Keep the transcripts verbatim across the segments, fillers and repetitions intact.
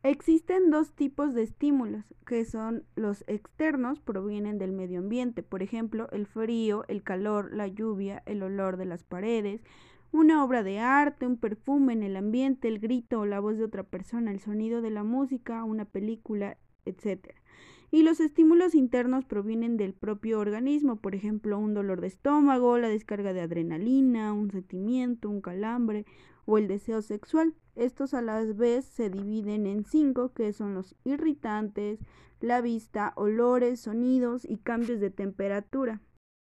Existen dos tipos de estímulos, que son los externos, provienen del medio ambiente, por ejemplo, el frío, el calor, la lluvia, el olor de las paredes, una obra de arte, un perfume en el ambiente, el grito o la voz de otra persona, el sonido de la música, una película, etcétera. Y los estímulos internos provienen del propio organismo, por ejemplo, un dolor de estómago, la descarga de adrenalina, un sentimiento, un calambre o el deseo sexual. Estos a la vez se dividen en cinco, que son los irritantes, la vista, olores, sonidos y cambios de temperatura.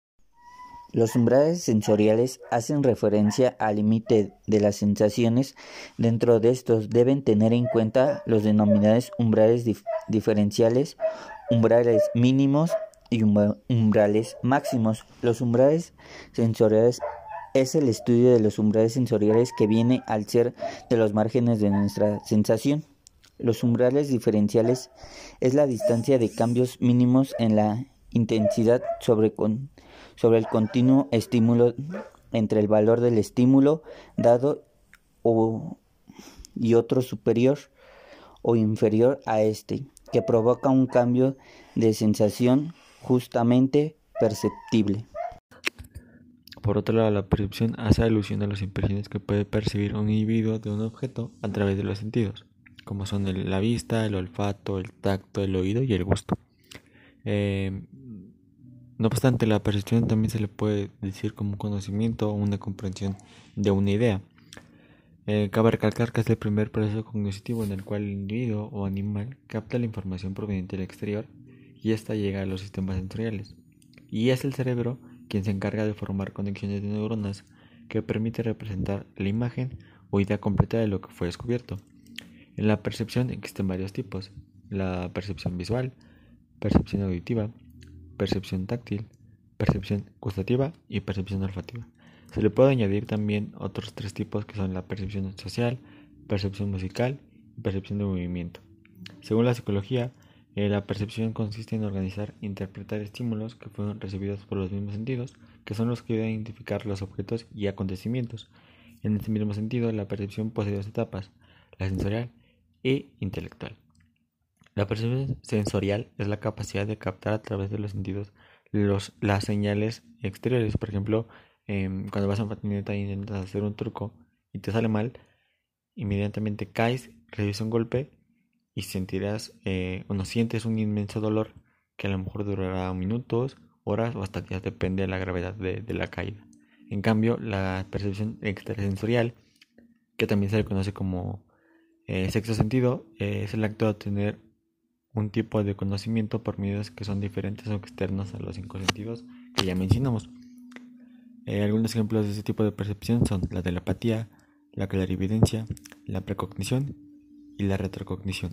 Los umbrales sensoriales hacen referencia al límite de las sensaciones. Dentro de estos deben tener en cuenta los denominados umbrales dif- diferenciales, umbrales mínimos y umbra- umbrales máximos. Los umbrales sensoriales es el estudio de los umbrales sensoriales que viene al ser de los márgenes de nuestra sensación. Los umbrales diferenciales es la distancia de cambios mínimos en la intensidad sobre, con, sobre el continuo estímulo entre el valor del estímulo dado o, y otro superior o inferior a este, que provoca un cambio de sensación justamente perceptible. Por otro lado, la percepción hace alusión a las impresiones que puede percibir un individuo de un objeto a través de los sentidos, como son el- la vista, el olfato, el tacto, el oído y el gusto. Eh, no obstante, la percepción también se le puede decir como un conocimiento o una comprensión de una idea. Eh, cabe recalcar que es el primer proceso cognitivo en el cual el individuo o animal capta la información proveniente del exterior y ésta llega a los sistemas sensoriales. Y es el cerebro quien se encarga de formar conexiones de neuronas que permite representar la imagen o idea completa de lo que fue descubierto. En la percepción existen varios tipos: la percepción visual, percepción auditiva, percepción táctil, percepción gustativa y percepción olfativa. Se le puede añadir también otros tres tipos, que son la percepción social, percepción musical y percepción de movimiento. Según la psicología, eh, la percepción consiste en organizar e interpretar estímulos que fueron recibidos por los mismos sentidos, que son los que ayudan a identificar los objetos y acontecimientos. En este mismo sentido, la percepción posee dos etapas: la sensorial e intelectual. La percepción sensorial es la capacidad de captar a través de los sentidos los, las señales exteriores. Por ejemplo, eh, cuando vas en patineta e intentas hacer un truco y te sale mal, inmediatamente caes, recibes un golpe y sentirás, eh, o no sientes un inmenso dolor que a lo mejor durará minutos, horas o hasta días, depende de la gravedad de, de la caída. En cambio, la percepción extrasensorial, que también se le conoce como eh, sexto sentido, eh, es el acto de obtener un tipo de conocimiento por medios que son diferentes o externos a los cinco sentidos que ya mencionamos. Eh, algunos ejemplos de este tipo de percepción son la telepatía, la clarividencia, la precognición y la retrocognición.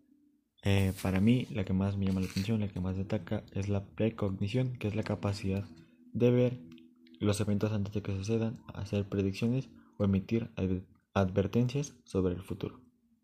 Eh, para mí, la que más me llama la atención, la que más destaca, es la precognición, que es la capacidad de ver los eventos antes de que sucedan, hacer predicciones o emitir adver- advertencias sobre el futuro.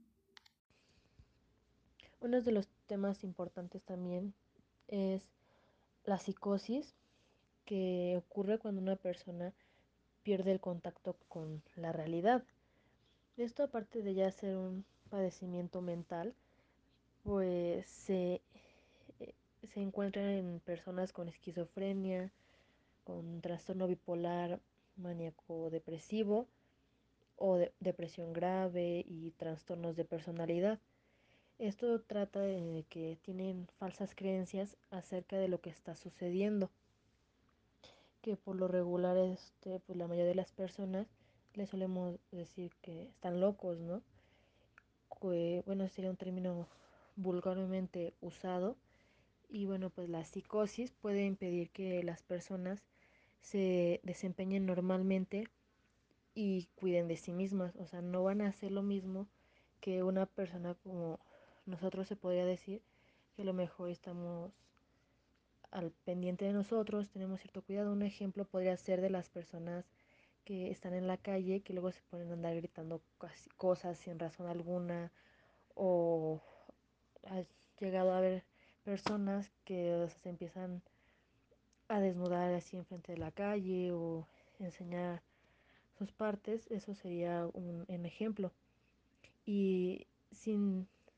Uno de los temas importantes también es la psicosis, que ocurre cuando una persona pierde el contacto con la realidad. Esto, aparte de ya ser un padecimiento mental, pues se, eh, se encuentra en personas con esquizofrenia, con trastorno bipolar, maníaco depresivo o de- depresión grave y trastornos de personalidad. Esto trata de que tienen falsas creencias acerca de lo que está sucediendo, que por lo regular este, pues la mayoría de las personas le solemos decir que están locos, ¿no? Que, bueno, sería un término vulgarmente usado. Y bueno, pues la psicosis puede impedir que las personas se desempeñen normalmente y cuiden de sí mismas. O sea, no van a hacer lo mismo que una persona como nosotros, se podría decir, que a lo mejor estamos al pendiente de nosotros, tenemos cierto cuidado. Un ejemplo podría ser de las personas que están en la calle, que luego se ponen a andar gritando cosas sin razón alguna, o ha llegado a haber personas que, o sea, se empiezan a desnudar así enfrente de la calle o enseñar sus partes. Eso sería un, un ejemplo. Y sin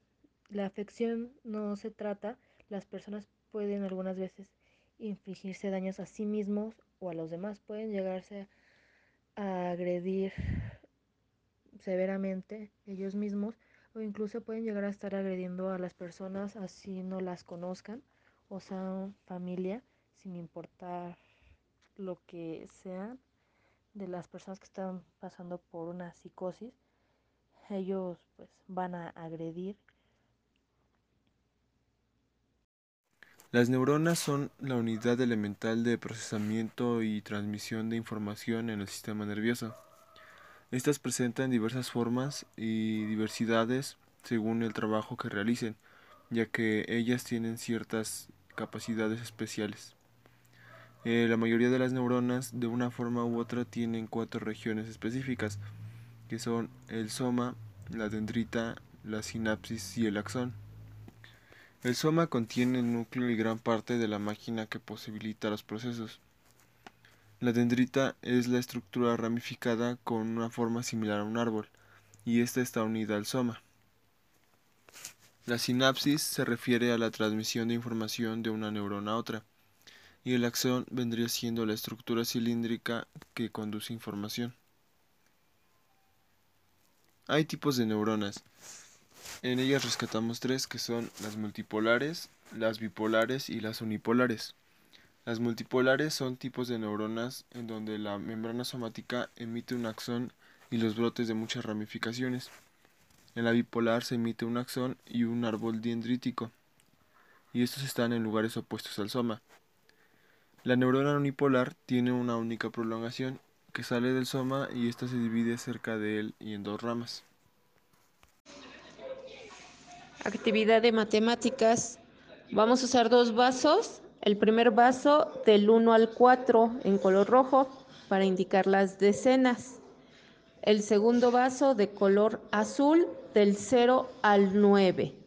La afección no se trata, las personas pueden algunas veces infligirse daños a sí mismos o a los demás, pueden llegarse a agredir severamente ellos mismos o incluso pueden llegar a estar agrediendo a las personas así no las conozcan o sean familia, sin importar lo que sean de las personas que están pasando por una psicosis, ellos pues van a agredir. Las neuronas son la unidad elemental de procesamiento y transmisión de información en el sistema nervioso. Estas presentan diversas formas y diversidades según el trabajo que realicen, ya que ellas tienen ciertas capacidades especiales. Eh, la mayoría de las neuronas, de una forma u otra, tienen cuatro regiones específicas, que son el soma, la dendrita, la sinapsis y el axón. El soma contiene el núcleo y gran parte de la máquina que posibilita los procesos. La dendrita es la estructura ramificada con una forma similar a un árbol, y esta está unida al soma. La sinapsis se refiere a la transmisión de información de una neurona a otra, y el axón vendría siendo la estructura cilíndrica que conduce información. Hay tipos de neuronas. En ellas rescatamos tres, que son las multipolares, las bipolares y las unipolares. Las multipolares son tipos de neuronas en donde la membrana somática emite un axón y los brotes de muchas ramificaciones. En la bipolar se emite un axón y un árbol dendrítico, y estos están en lugares opuestos al soma. La neurona unipolar tiene una única prolongación que sale del soma y ésta se divide cerca de él y en dos ramas. Actividad de matemáticas. Vamos a usar dos vasos. El primer vaso del uno al cuatro en color rojo para indicar las decenas. El segundo vaso de color azul del cero al nueve.